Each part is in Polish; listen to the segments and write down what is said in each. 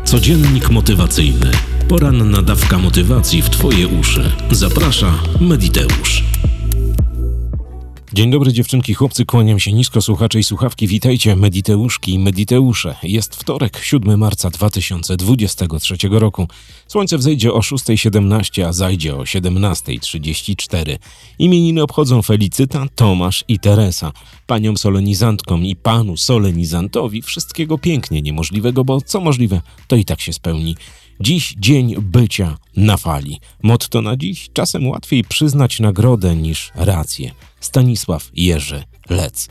Codziennik motywacyjny. Poranna dawka motywacji w Twoje uszy. Zaprasza Mediteusz. Dzień dobry dziewczynki, chłopcy, kłaniam się nisko, słuchacze i słuchawki, witajcie Mediteuszki i Mediteusze. Jest wtorek, 7 marca 2023 roku. Słońce wzejdzie o 6:17, a zajdzie o 17:34. Imieniny obchodzą Felicyta, Tomasz i Teresa. Paniom solenizantkom i panu solenizantowi wszystkiego pięknie niemożliwego, bo co możliwe, to i tak się spełni. Dziś dzień bycia na fali. Motto na dziś: czasem łatwiej przyznać nagrodę niż rację. Stanisław Jerzy Lec.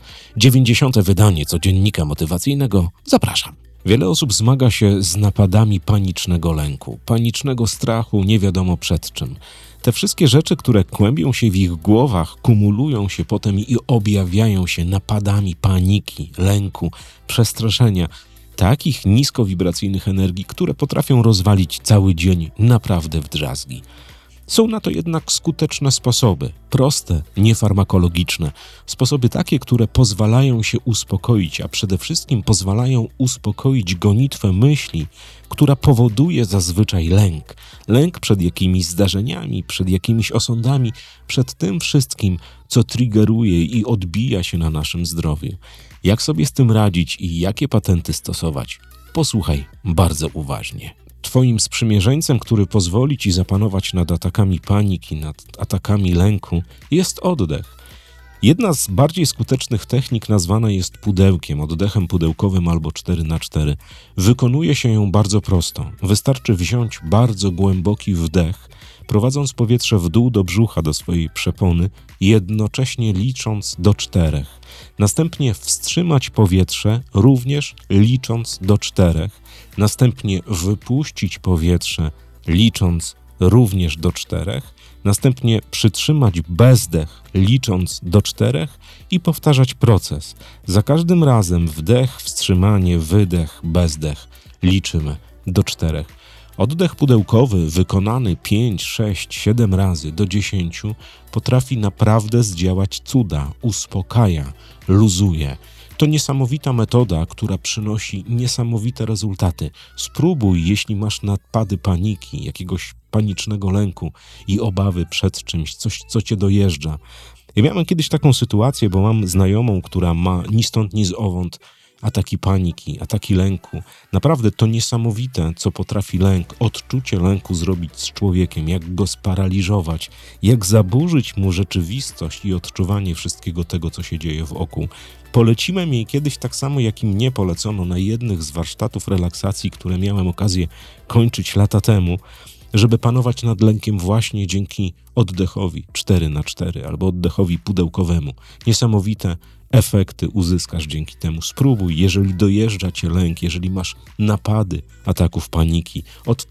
90. wydanie codziennika motywacyjnego. Zapraszam. Wiele osób zmaga się z napadami panicznego lęku, panicznego strachu, nie wiadomo przed czym. Te wszystkie rzeczy, które kłębią się w ich głowach, kumulują się potem i objawiają się napadami paniki, lęku, przestraszenia. Takich niskowibracyjnych energii, które potrafią rozwalić cały dzień naprawdę w drzazgi. Są na to jednak skuteczne sposoby, proste, niefarmakologiczne. Sposoby takie, które pozwalają się uspokoić, a przede wszystkim pozwalają uspokoić gonitwę myśli, która powoduje zazwyczaj lęk. Lęk przed jakimiś zdarzeniami, przed jakimiś osądami, przed tym wszystkim, co triggeruje i odbija się na naszym zdrowiu. Jak sobie z tym radzić i jakie patenty stosować? Posłuchaj bardzo uważnie. Twoim sprzymierzeńcem, który pozwoli ci zapanować nad atakami paniki, nad atakami lęku, jest oddech. Jedna z bardziej skutecznych technik nazwana jest pudełkiem, oddechem pudełkowym albo 4x4. Wykonuje się ją bardzo prosto. Wystarczy wziąć bardzo głęboki wdech, prowadząc powietrze w dół do brzucha, do swojej przepony, jednocześnie licząc do 4. Następnie wstrzymać powietrze, również licząc do 4. Następnie wypuścić powietrze, licząc również do 4. Następnie przytrzymać bezdech, licząc do 4 i powtarzać proces. Za każdym razem wdech, wstrzymanie, wydech, bezdech. Liczymy do 4. Oddech pudełkowy wykonany 5, 6, 7 razy do 10 potrafi naprawdę zdziałać cuda, uspokaja, luzuje. To niesamowita metoda, która przynosi niesamowite rezultaty. Spróbuj, jeśli masz napady paniki, jakiegoś panicznego lęku i obawy przed czymś, coś, co cię dojeżdża. Ja miałem kiedyś taką sytuację, bo mam znajomą, która ma ni stąd, ni zowąd ataki paniki, ataki lęku. Naprawdę to niesamowite, co potrafi lęk, odczucie lęku zrobić z człowiekiem, jak go sparaliżować, jak zaburzyć mu rzeczywistość i odczuwanie wszystkiego tego, co się dzieje wokół. Poleciłem jej kiedyś tak samo, jak i mnie polecono na jednych z warsztatów relaksacji, które miałem okazję kończyć lata temu, żeby panować nad lękiem właśnie dzięki oddechowi 4x4 albo oddechowi pudełkowemu. Niesamowite efekty uzyskasz dzięki temu. Spróbuj, jeżeli dojeżdża cię lęk, jeżeli masz napady ataków paniki,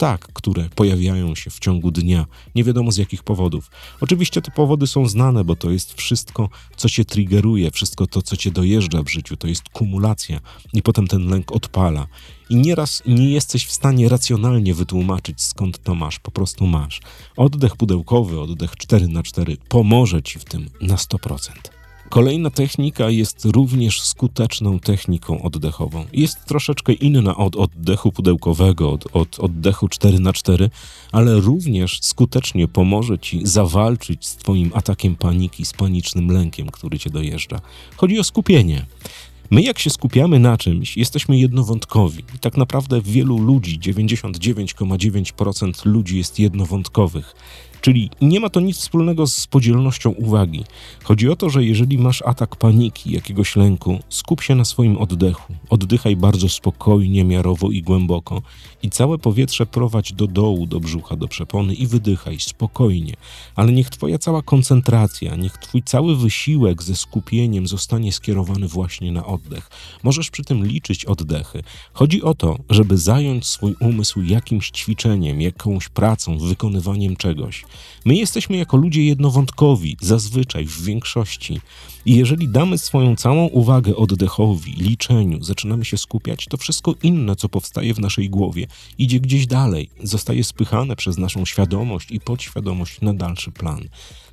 które pojawiają się w ciągu dnia, nie wiadomo z jakich powodów. Oczywiście te powody są znane, bo to jest wszystko, co cię triggeruje, wszystko to, co cię dojeżdża w życiu, to jest kumulacja i potem ten lęk odpala. I nieraz nie jesteś w stanie racjonalnie wytłumaczyć, skąd to masz, po prostu masz. Oddech pudełkowy, oddech 4x4 pomoże ci w tym na 100%. Kolejna technika jest również skuteczną techniką oddechową. Jest troszeczkę inna od oddechu pudełkowego, od oddechu 4x4, ale również skutecznie pomoże ci zawalczyć z twoim atakiem paniki, z panicznym lękiem, który cię dojeżdża. Chodzi o skupienie. My jak się skupiamy na czymś, jesteśmy jednowątkowi. I tak naprawdę wielu ludzi, 99,9% ludzi jest jednowątkowych. Czyli nie ma to nic wspólnego z podzielnością uwagi. Chodzi o to, że jeżeli masz atak paniki, jakiegoś lęku, skup się na swoim oddechu. Oddychaj bardzo spokojnie, miarowo i głęboko i całe powietrze prowadź do dołu, do brzucha, do przepony i wydychaj spokojnie. Ale niech twoja cała koncentracja, niech twój cały wysiłek ze skupieniem zostanie skierowany właśnie na oddech. Możesz przy tym liczyć oddechy. Chodzi o to, żeby zająć swój umysł jakimś ćwiczeniem, jakąś pracą, wykonywaniem czegoś. My jesteśmy jako ludzie jednowątkowi, zazwyczaj w większości. I jeżeli damy swoją całą uwagę oddechowi, liczeniu, zaczynamy się skupiać, to wszystko inne, co powstaje w naszej głowie, idzie gdzieś dalej, zostaje spychane przez naszą świadomość i podświadomość na dalszy plan.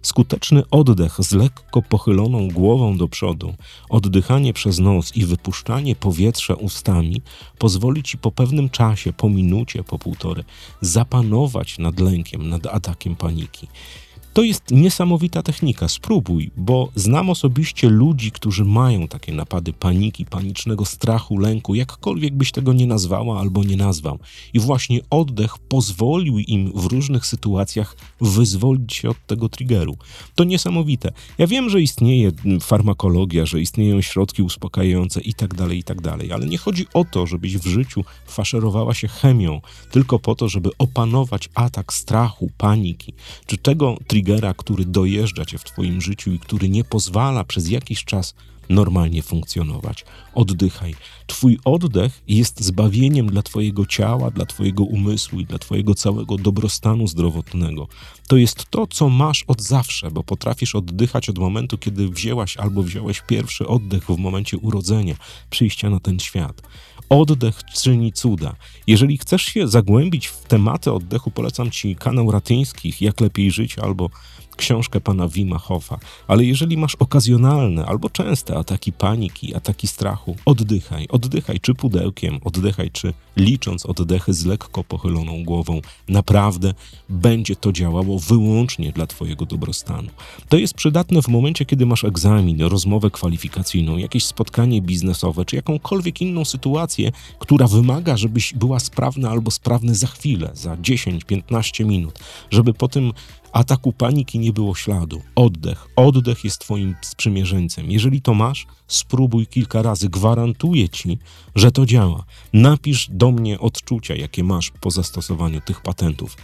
Skuteczny oddech z lekko pochyloną głową do przodu, oddychanie przez nos i wypuszczanie powietrza ustami pozwoli Ci po pewnym czasie, po minucie, po półtorej, zapanować nad lękiem, nad atakiem paniki. To jest niesamowita technika, spróbuj, bo znam osobiście ludzi, którzy mają takie napady paniki, panicznego strachu, lęku, jakkolwiek byś tego nie nazwała albo nie nazwał. I właśnie oddech pozwolił im w różnych sytuacjach wyzwolić się od tego triggeru. To niesamowite. Ja wiem, że istnieje farmakologia, że istnieją środki uspokajające i tak dalej, ale nie chodzi o to, żebyś w życiu faszerowała się chemią, tylko po to, żeby opanować atak strachu, paniki, czy tego triggera, który dojeżdża cię w twoim życiu i który nie pozwala przez jakiś czas normalnie funkcjonować. Oddychaj. Twój oddech jest zbawieniem dla twojego ciała, dla twojego umysłu i dla twojego całego dobrostanu zdrowotnego. To jest to, co masz od zawsze, bo potrafisz oddychać od momentu, kiedy wzięłaś albo wziąłeś pierwszy oddech w momencie urodzenia, przyjścia na ten świat. Oddech czyni cuda. Jeżeli chcesz się zagłębić w tematy oddechu, polecam Ci kanał Ratyńskich, Jak lepiej żyć, albo książkę pana Wima Hofa. Ale jeżeli masz okazjonalne albo częste ataki paniki, ataki strachu, oddychaj czy pudełkiem, oddychaj czy licząc oddechy z lekko pochyloną głową. Naprawdę będzie to działało wyłącznie dla twojego dobrostanu. To jest przydatne w momencie, kiedy masz egzamin, rozmowę kwalifikacyjną, jakieś spotkanie biznesowe, czy jakąkolwiek inną sytuację, która wymaga, żebyś była sprawna albo sprawny za chwilę, za 10-15 minut, żeby po tym ataku paniki nie było śladu. Oddech jest twoim sprzymierzeńcem. Jeżeli to masz, spróbuj kilka razy. Gwarantuję ci, że to działa. Napisz do mnie odczucia, jakie masz po zastosowaniu tych patentów.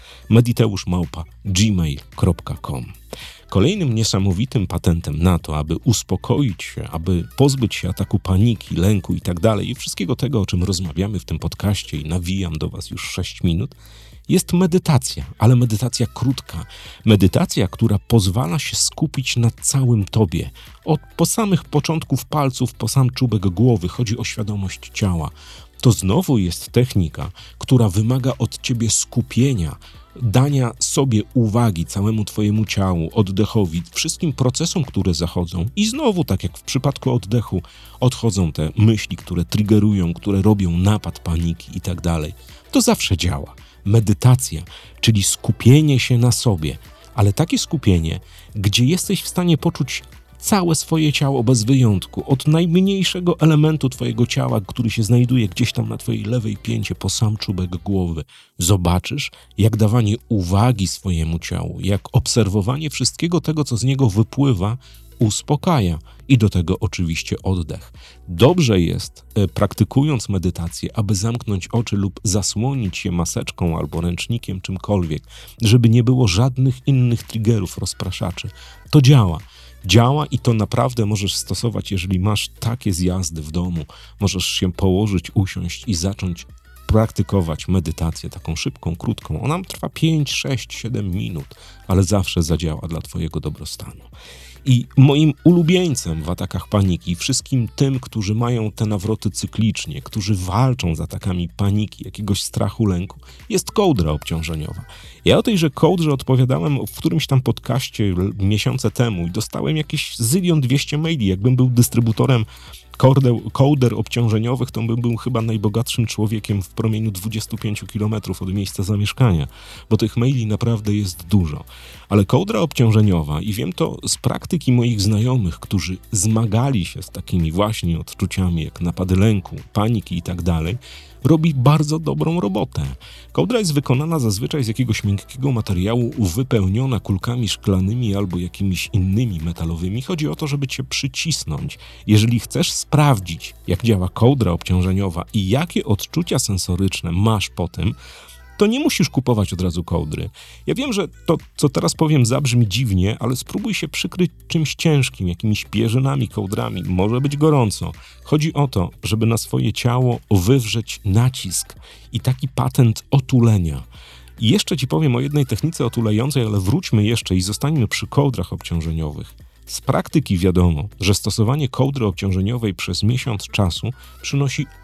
mediteusz@gmail.com. Kolejnym niesamowitym patentem na to, aby uspokoić się, aby pozbyć się ataku paniki, lęku i tak dalej, i wszystkiego tego, o czym rozmawiamy w tym podcaście i nawijam do was już 6 minut, jest medytacja, ale medytacja krótka. Medytacja, która pozwala się skupić na całym tobie. Po samych początków palców, po sam czubek głowy. Chodzi o świadomość ciała. To znowu jest technika, która wymaga od ciebie skupienia, dania sobie uwagi, całemu twojemu ciału, oddechowi, wszystkim procesom, które zachodzą. I znowu, tak jak w przypadku oddechu, odchodzą te myśli, które triggerują, które robią napad paniki i tak dalej. To zawsze działa. Medytacja, czyli skupienie się na sobie, ale takie skupienie, gdzie jesteś w stanie poczuć całe swoje ciało bez wyjątku, od najmniejszego elementu twojego ciała, który się znajduje gdzieś tam na twojej lewej pięcie, po sam czubek głowy. Zobaczysz, jak dawanie uwagi swojemu ciału, jak obserwowanie wszystkiego tego, co z niego wypływa, uspokaja. I do tego oczywiście oddech. Dobrze jest, praktykując medytację, aby zamknąć oczy lub zasłonić się maseczką albo ręcznikiem, czymkolwiek, żeby nie było żadnych innych triggerów, rozpraszaczy. To działa. Działa i to naprawdę możesz stosować, jeżeli masz takie zjazdy w domu. Możesz się położyć, usiąść i zacząć praktykować medytację taką szybką, krótką. Ona trwa 5, 6, 7 minut, ale zawsze zadziała dla twojego dobrostanu. I moim ulubieńcem w atakach paniki, wszystkim tym, którzy mają te nawroty cyklicznie, którzy walczą z atakami paniki, jakiegoś strachu, lęku, jest kołdra obciążeniowa. Ja o tejże kołdrze odpowiadałem w którymś tam podcaście miesiące temu i dostałem jakieś 1,2 maili, jakbym był dystrybutorem kołder obciążeniowych, to bym był chyba najbogatszym człowiekiem w promieniu 25 km od miejsca zamieszkania, bo tych maili naprawdę jest dużo. Ale kołdra obciążeniowa, i wiem to z praktyki moich znajomych, którzy zmagali się z takimi właśnie odczuciami jak napady lęku, paniki i tak dalej, robi bardzo dobrą robotę. Kołdra jest wykonana zazwyczaj z jakiegoś miękkiego materiału, wypełniona kulkami szklanymi albo jakimiś innymi metalowymi. Chodzi o to, żeby cię przycisnąć. Jeżeli chcesz sprawdzić, jak działa kołdra obciążeniowa i jakie odczucia sensoryczne masz po tym, to nie musisz kupować od razu kołdry. Ja wiem, że to, co teraz powiem, zabrzmi dziwnie, ale spróbuj się przykryć czymś ciężkim, jakimiś pierzynami, kołdrami. Może być gorąco. Chodzi o to, żeby na swoje ciało wywrzeć nacisk i taki patent otulenia. I jeszcze ci powiem o jednej technice otulającej, ale wróćmy jeszcze i zostańmy przy kołdrach obciążeniowych. Z praktyki wiadomo, że stosowanie kołdry obciążeniowej przez miesiąc czasu przynosi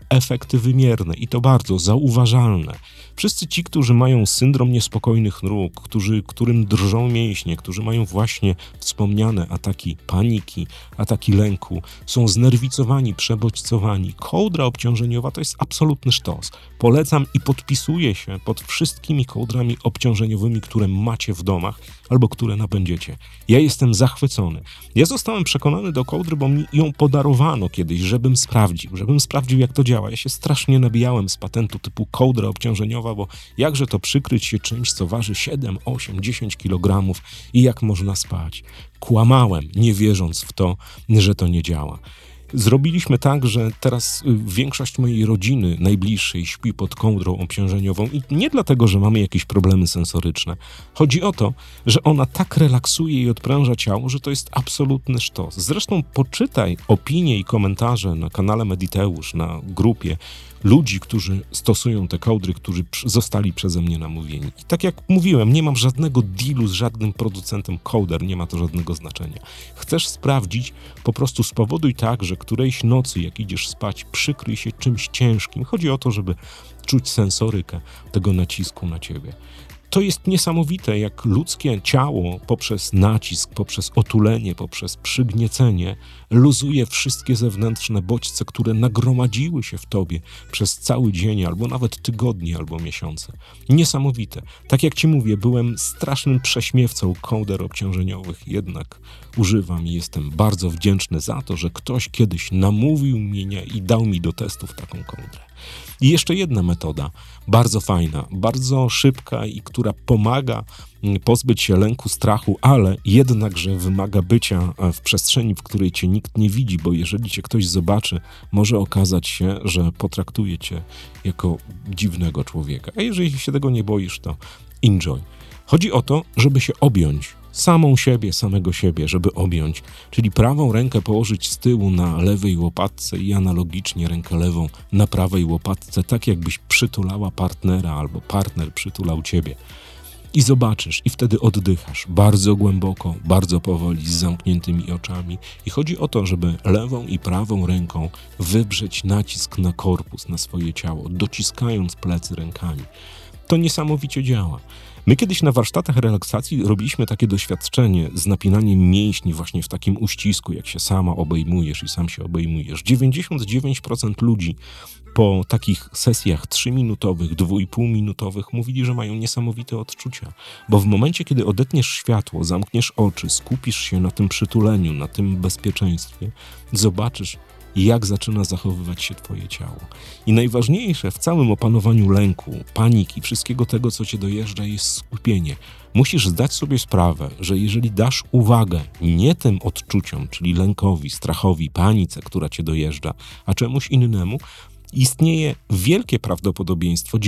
efekty wymierne i to bardzo zauważalne. Wszyscy ci, którzy mają syndrom niespokojnych nóg, którym drżą mięśnie, którzy mają właśnie wspomniane ataki paniki, ataki lęku, są znerwicowani, przebodźcowani. Kołdra obciążeniowa to jest absolutny sztos. Polecam i podpisuję się pod wszystkimi kołdrami obciążeniowymi, które macie w domach albo które nabędziecie. Ja jestem zachwycony. Ja zostałem przekonany do kołdry, bo mi ją podarowano kiedyś, żebym sprawdził, jak to działa. Ja się strasznie nabijałem z patentu typu kołdra obciążeniowa, bo jakże to przykryć się czymś, co waży 7, 8, 10 kg i jak można spać. Kłamałem, nie wierząc w to, że to nie działa. Zrobiliśmy tak, że teraz większość mojej rodziny najbliższej śpi pod kołdrą obciążeniową i nie dlatego, że mamy jakieś problemy sensoryczne. Chodzi o to, że ona tak relaksuje i odpręża ciało, że to jest absolutny sztos. Zresztą poczytaj opinie i komentarze na kanale Mediteusz, na grupie ludzi, którzy stosują te kołdry, którzy zostali przeze mnie namówieni. I tak jak mówiłem, nie mam żadnego dealu z żadnym producentem kołder, nie ma to żadnego znaczenia. Chcesz sprawdzić, po prostu spowoduj tak, że którejś nocy, jak idziesz spać, przykryj się czymś ciężkim. Chodzi o to, żeby czuć sensorykę tego nacisku na ciebie. To jest niesamowite, jak ludzkie ciało poprzez nacisk, poprzez otulenie, poprzez przygniecenie luzuje wszystkie zewnętrzne bodźce, które nagromadziły się w tobie przez cały dzień, albo nawet tygodnie, albo miesiące. Niesamowite. Tak jak ci mówię, byłem strasznym prześmiewcą kołder obciążeniowych, jednak używam i jestem bardzo wdzięczny za to, że ktoś kiedyś namówił mnie i dał mi do testów taką kołdrę. I jeszcze jedna metoda, bardzo fajna, bardzo szybka i która pomaga pozbyć się lęku, strachu, ale jednakże wymaga bycia w przestrzeni, w której cię nikt nie widzi, bo jeżeli cię ktoś zobaczy, może okazać się, że potraktuje cię jako dziwnego człowieka. A jeżeli się tego nie boisz, to enjoy. Chodzi o to, żeby się objąć. Samego siebie, żeby objąć, czyli prawą rękę położyć z tyłu na lewej łopatce i analogicznie rękę lewą na prawej łopatce, tak jakbyś przytulała partnera albo partner przytulał ciebie. I zobaczysz, i wtedy oddychasz bardzo głęboko, bardzo powoli, z zamkniętymi oczami. I chodzi o to, żeby lewą i prawą ręką wywrzeć nacisk na korpus, na swoje ciało, dociskając plecy rękami. To niesamowicie działa. My kiedyś na warsztatach relaksacji robiliśmy takie doświadczenie z napinaniem mięśni właśnie w takim uścisku, jak się sama obejmujesz i sam się obejmujesz. 99% ludzi po takich sesjach 3-minutowych, 2,5-minutowych mówili, że mają niesamowite odczucia. Bo w momencie, kiedy odetniesz światło, zamkniesz oczy, skupisz się na tym przytuleniu, na tym bezpieczeństwie, zobaczysz, jak zaczyna zachowywać się twoje ciało. I najważniejsze w całym opanowaniu lęku, paniki, wszystkiego tego, co cię dojeżdża, jest skupienie. Musisz zdać sobie sprawę, że jeżeli dasz uwagę nie tym odczuciom, czyli lękowi, strachowi, panice, która cię dojeżdża, a czemuś innemu, istnieje wielkie prawdopodobieństwo,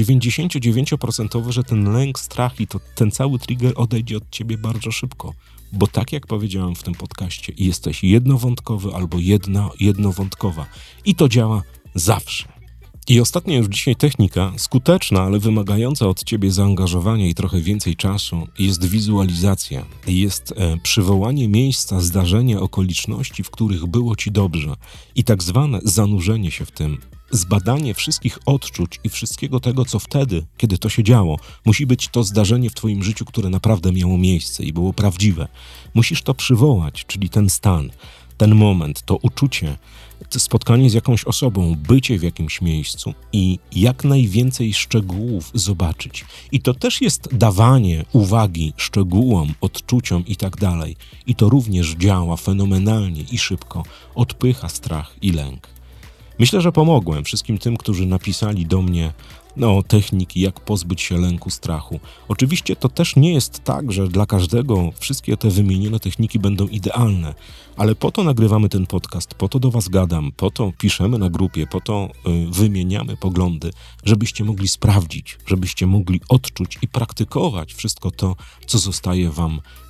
99%, że ten lęk, strach i ten cały trigger odejdzie od ciebie bardzo szybko. Bo tak jak powiedziałem w tym podcaście, jesteś jednowątkowy albo jednowątkowa. I to działa zawsze. I ostatnia już dzisiaj technika, skuteczna, ale wymagająca od ciebie zaangażowania i trochę więcej czasu, jest wizualizacja. Jest przywołanie miejsca, zdarzenia, okoliczności, w których było ci dobrze. I tak zwane zanurzenie się w tym. Zbadanie wszystkich odczuć i wszystkiego tego, co wtedy, kiedy to się działo, musi być to zdarzenie w twoim życiu, które naprawdę miało miejsce i było prawdziwe. Musisz to przywołać, czyli ten stan, ten moment, to uczucie, spotkanie z jakąś osobą, bycie w jakimś miejscu i jak najwięcej szczegółów zobaczyć. I to też jest dawanie uwagi szczegółom, odczuciom i tak dalej. I to również działa fenomenalnie i szybko, odpycha strach i lęk. Myślę, że pomogłem wszystkim tym, którzy napisali do mnie techniki, jak pozbyć się lęku, strachu. Oczywiście to też nie jest tak, że dla każdego wszystkie te wymienione techniki będą idealne, ale po to nagrywamy ten podcast, po to do was gadam, po to piszemy na grupie, po to wymieniamy poglądy, żebyście mogli sprawdzić, żebyście mogli odczuć i praktykować wszystko to, co zostaje wam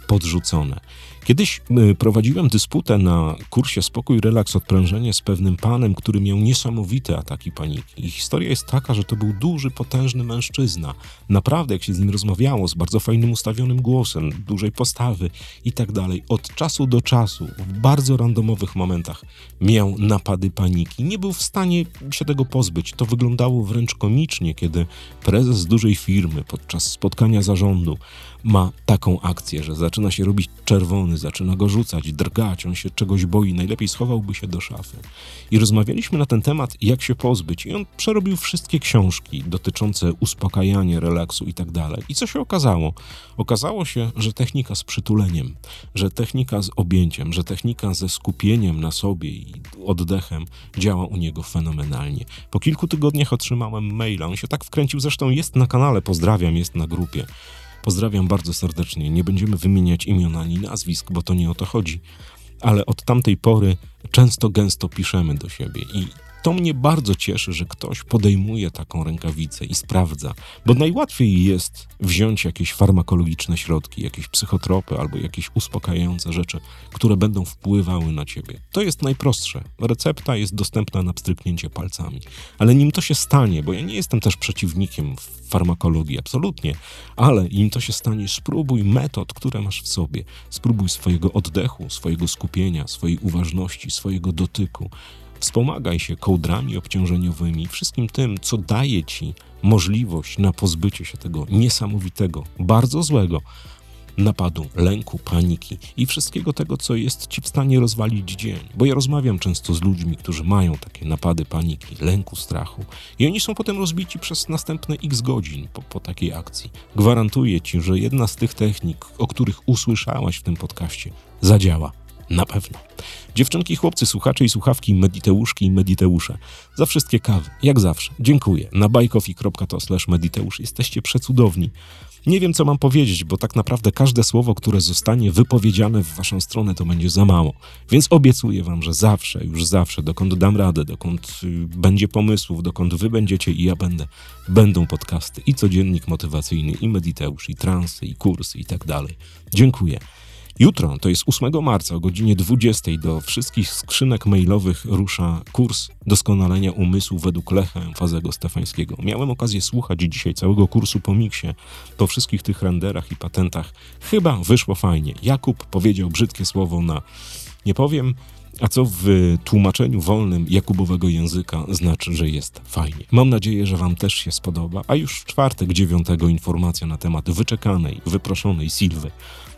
podrzucone. Kiedyś prowadziłem dysputę na kursie Spokój, relaks, odprężenie z pewnym panem, który miał niesamowite ataki paniki. I historia jest taka, że to był duży, potężny mężczyzna. Naprawdę, jak się z nim rozmawiało, z bardzo fajnym, ustawionym głosem, dużej postawy i tak dalej. Od czasu do czasu, w bardzo randomowych momentach miał napady paniki. Nie był w stanie się tego pozbyć. To wyglądało wręcz komicznie, kiedy prezes dużej firmy podczas spotkania zarządu ma taką akcję, że zaczyna się robić czerwony, zaczyna go rzucać, drgać, on się czegoś boi, najlepiej schowałby się do szafy. I rozmawialiśmy na ten temat, jak się pozbyć. I on przerobił wszystkie książki dotyczące uspokajania, relaksu i tak dalej. I co się okazało? Okazało się, że technika z przytuleniem, że technika z objęciem, że technika ze skupieniem na sobie i oddechem działa u niego fenomenalnie. Po kilku tygodniach otrzymałem maila, on się tak wkręcił, zresztą jest na kanale, pozdrawiam, jest na grupie. Pozdrawiam bardzo serdecznie. Nie będziemy wymieniać imion ani nazwisk, bo to nie o to chodzi. Ale od tamtej pory często, gęsto piszemy do siebie i to mnie bardzo cieszy, że ktoś podejmuje taką rękawicę i sprawdza, bo najłatwiej jest wziąć jakieś farmakologiczne środki, jakieś psychotropy albo jakieś uspokajające rzeczy, które będą wpływały na ciebie. To jest najprostsze. Recepta jest dostępna na pstryknięcie palcami. Ale nim to się stanie, bo ja nie jestem też przeciwnikiem farmakologii, absolutnie, ale im to się stanie, spróbuj metod, które masz w sobie. Spróbuj swojego oddechu, swojego skupienia, swojej uważności, swojego dotyku. Wspomagaj się kołdrami obciążeniowymi, wszystkim tym, co daje ci możliwość na pozbycie się tego niesamowitego, bardzo złego napadu, lęku, paniki i wszystkiego tego, co jest ci w stanie rozwalić dzień. Bo ja rozmawiam często z ludźmi, którzy mają takie napady paniki, lęku, strachu i oni są potem rozbici przez następne x godzin po takiej akcji. Gwarantuję ci, że jedna z tych technik, o których usłyszałaś w tym podcaście, zadziała. Na pewno. Dziewczynki, chłopcy, słuchacze i słuchawki, mediteuszki i mediteusze. Za wszystkie kawy, jak zawsze, dziękuję. Na buycoffee.to/mediteusz jesteście przecudowni. Nie wiem, co mam powiedzieć, bo tak naprawdę każde słowo, które zostanie wypowiedziane w waszą stronę, to będzie za mało. Więc obiecuję wam, że zawsze, już zawsze, dokąd dam radę, dokąd będzie pomysłów, dokąd wy będziecie i ja będą podcasty i codziennik motywacyjny, i mediteusz, i transy, i kursy i tak dalej. Dziękuję. Jutro, to jest 8 marca o godzinie 20 do wszystkich skrzynek mailowych rusza kurs doskonalenia umysłu według Lecha Emfazego Stefańskiego. Miałem okazję słuchać dzisiaj całego kursu po miksie, po wszystkich tych renderach i patentach. Chyba wyszło fajnie. Jakub powiedział brzydkie słowo na nie powiem, a co w tłumaczeniu wolnym jakubowego języka znaczy, że jest fajnie. Mam nadzieję, że wam też się spodoba, a już w czwartek 9 informacja na temat wyczekanej, wyproszonej Silwy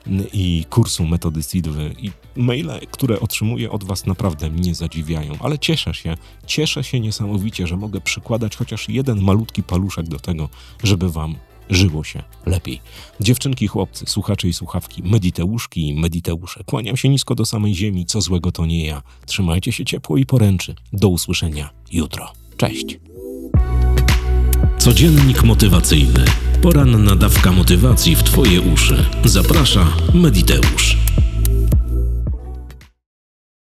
i kursu metody Silwy i maile, które otrzymuję od was, naprawdę mnie zadziwiają, ale cieszę się niesamowicie, że mogę przykładać chociaż jeden malutki paluszek do tego, żeby wam żyło się lepiej. Dziewczynki, chłopcy, słuchacze i słuchawki, mediteuszki i mediteusze, kłaniam się nisko do samej ziemi, co złego to nie ja. Trzymajcie się ciepło i poręczy. Do usłyszenia jutro. Cześć. Codziennik motywacyjny. Poranna dawka motywacji w twoje uszy. Zaprasza Mediteusz.